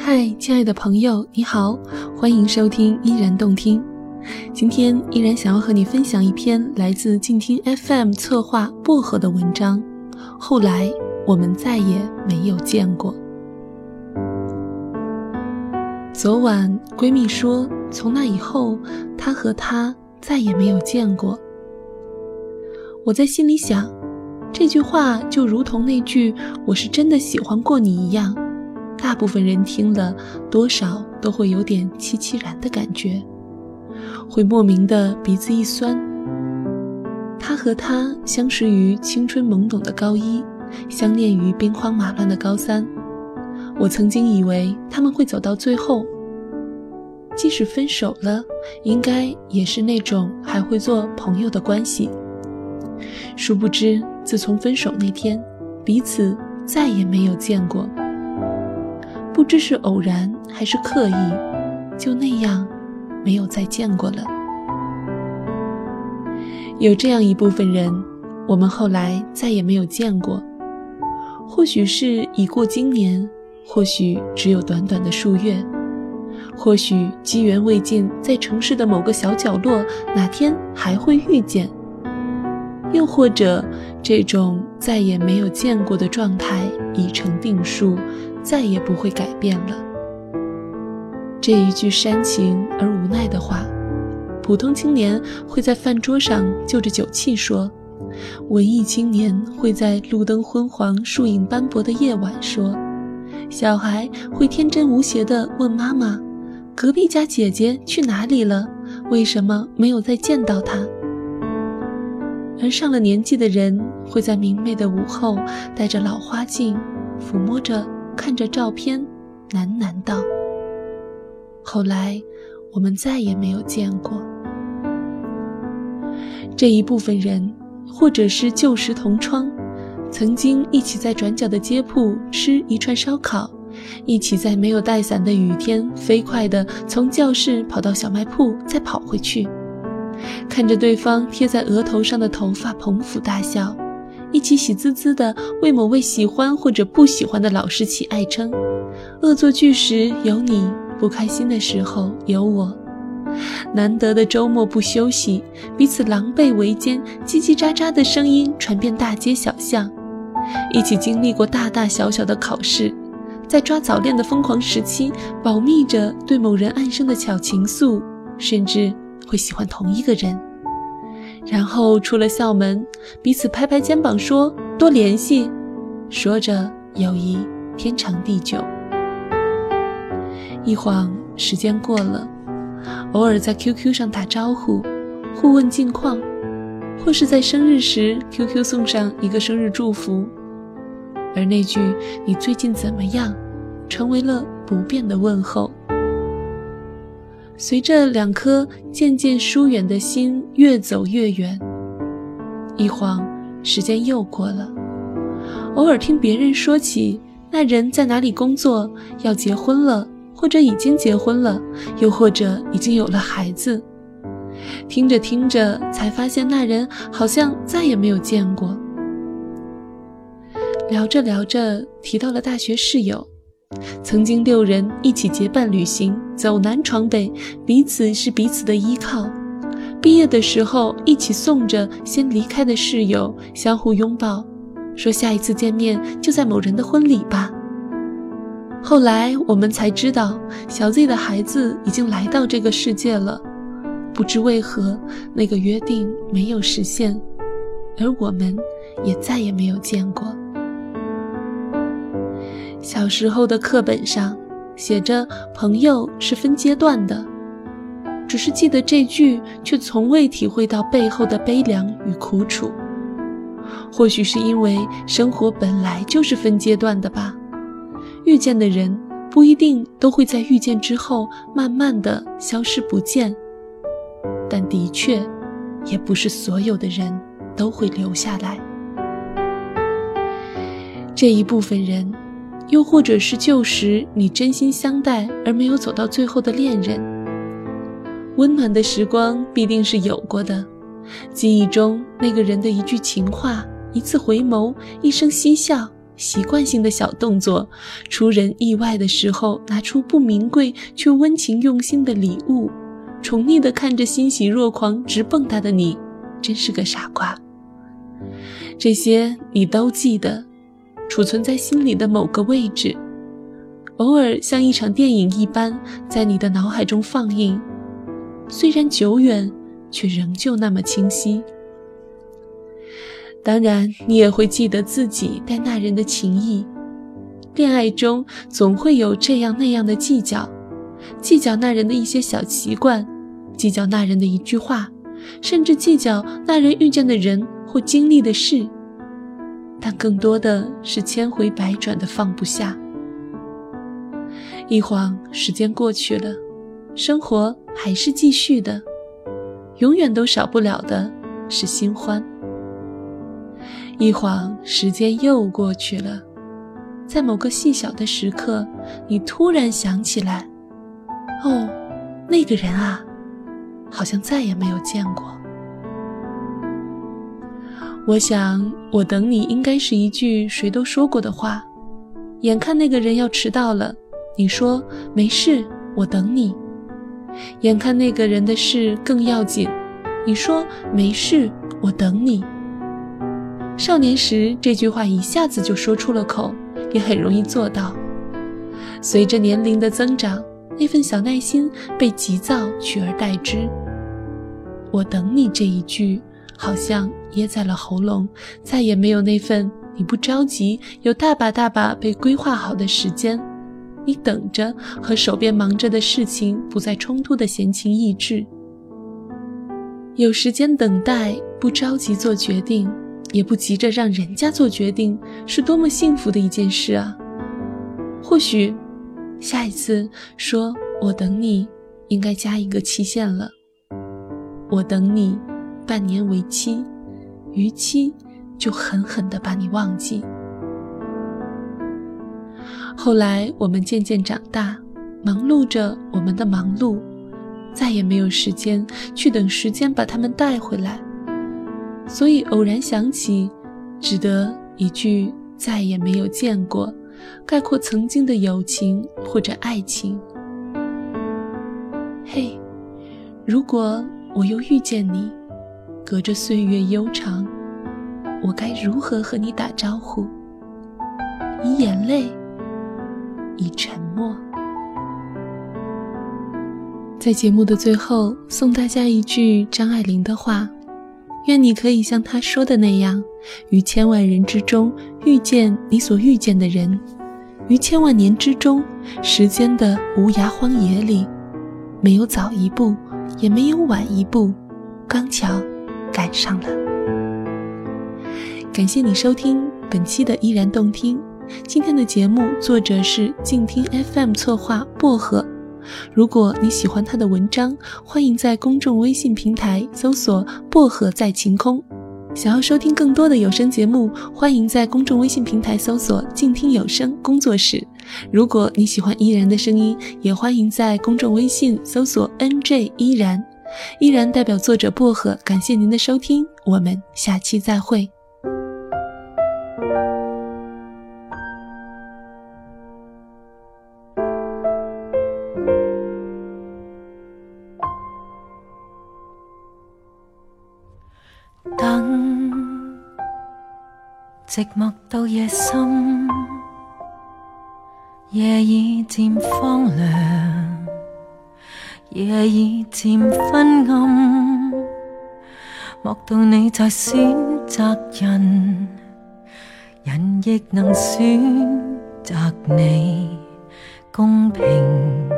嗨，亲爱的朋友，你好，欢迎收听依然动听。今天依然想要和你分享一篇来自静听 FM 策划薄荷的文章，后来我们再也没有见过。昨晚闺蜜说，从那以后她和他再也没有见过。我在心里想，这句话就如同那句我是真的喜欢过你一样，大部分人听了多少都会有点凄凄然的感觉，会莫名的鼻子一酸。他和她相识于青春懵懂的高一，相恋于兵荒马乱的高三。我曾经以为他们会走到最后，即使分手了，应该也是那种还会做朋友的关系。殊不知，自从分手那天，彼此再也没有见过。不知是偶然还是刻意，就那样没有再见过了。有这样一部分人，我们后来再也没有见过，或许是已过今年，或许只有短短的数月，或许机缘未尽，在城市的某个小角落，哪天还会遇见，又或者这种再也没有见过的状态已成定数，再也不会改变了。这一句煽情而无奈的话，普通青年会在饭桌上就着酒气说，文艺青年会在路灯昏黄树影斑驳的夜晚说，小孩会天真无邪地问妈妈，隔壁家姐姐去哪里了？为什么没有再见到她？而上了年纪的人会在明媚的午后，戴着老花镜，抚摸着看着照片，喃喃道，后来我们再也没有见过。这一部分人，或者是旧时同窗，曾经一起在转角的街铺吃一串烧烤，一起在没有带伞的雨天飞快地从教室跑到小卖铺再跑回去，看着对方贴在额头上的头发捧腹大笑，一起喜滋滋地为某位喜欢或者不喜欢的老师起爱称，恶作剧时有你，不开心的时候有我。难得的周末不休息，彼此狼狈为奸，叽叽喳喳的声音传遍大街小巷，一起经历过大大小小的考试，在抓早恋的疯狂时期保密着对某人暗生的小情愫，甚至会喜欢同一个人。然后出了校门，彼此拍拍肩膀说多联系，说着友谊天长地久。一晃时间过了，偶尔在 QQ 上打招呼，互问近况，或是在生日时 QQ 送上一个生日祝福，而那句你最近怎么样成为了不变的问候。随着两颗渐渐疏远的心越走越远，一晃时间又过了，偶尔听别人说起那人在哪里工作，要结婚了，或者已经结婚了，又或者已经有了孩子，听着听着才发现那人好像再也没有见过。聊着聊着提到了大学室友，曾经6人一起结伴旅行，走南闯北，彼此是彼此的依靠。毕业的时候一起送着先离开的室友，相互拥抱，说下一次见面就在某人的婚礼吧。后来我们才知道，小 Z 的孩子已经来到这个世界了，不知为何那个约定没有实现，而我们也再也没有见过。小时候的课本上写着朋友是分阶段的，只是记得这句，却从未体会到背后的悲凉与苦楚。或许是因为生活本来就是分阶段的吧，遇见的人不一定都会在遇见之后慢慢的消失不见，但的确也不是所有的人都会留下来。这一部分人，又或者是旧时你真心相待而没有走到最后的恋人，温暖的时光必定是有过的，记忆中那个人的一句情话，一次回眸，一声嬉笑， 习惯性的小动作，出人意外的时候拿出不名贵却温情用心的礼物，宠溺地看着欣喜若狂直蹦跶的你，真是个傻瓜。这些你都记得，储存在心里的某个位置，偶尔像一场电影一般在你的脑海中放映，虽然久远，却仍旧那么清晰。当然，你也会记得自己待那人的情谊。恋爱中总会有这样那样的计较，计较那人的一些小习惯，计较那人的一句话，甚至计较那人遇见的人或经历的事，但更多的是千回百转的放不下。一晃时间过去了，生活还是继续的，永远都少不了的是新欢。一晃时间又过去了，在某个细小的时刻，你突然想起来，哦，那个人啊，好像再也没有见过。我想我等你应该是一句谁都说过的话，眼看那个人要迟到了，你说没事，我等你。眼看那个人的事更要紧，你说没事，我等你。少年时这句话一下子就说出了口，也很容易做到。随着年龄的增长，那份小耐心被急躁取而代之。我等你这一句好像噎在了喉咙，再也没有那份你不着急，有大把大把被规划好的时间，你等着和手边忙着的事情不再冲突的闲情逸致。有时间等待，不着急做决定，也不急着让人家做决定，是多么幸福的一件事啊！或许下一次说我等你，应该加一个期限了。我等你半年为期，逾期就狠狠地把你忘记。后来我们渐渐长大，忙碌着我们的忙碌，再也没有时间去等时间把他们带回来，所以偶然想起，只得一句再也没有见过，概括曾经的友情或者爱情。嘿，如果我又遇见你，隔着岁月悠长，我该如何和你打招呼？以眼泪，以沉默。在节目的最后，送大家一句张爱玲的话，愿你可以像她说的那样，于千万人之中遇见你所遇见的人，于千万年之中，时间的无涯荒野里，没有早一步，也没有晚一步，刚巧赶上了。感谢你收听本期的依然动听。今天的节目作者是静听 FM 策划薄荷。如果你喜欢他的文章，欢迎在公众微信平台搜索薄荷在晴空。想要收听更多的有声节目，欢迎在公众微信平台搜索静听有声工作室。如果你喜欢依然的声音，也欢迎在公众微信搜索 NJ 依然。依然代表作者薄荷，感谢您的收听，我们下期再会。 等寂寞到夜深，夜已漸荒涼，夜已漸昏暗，莫道你在選擇人，人亦能選擇你，公平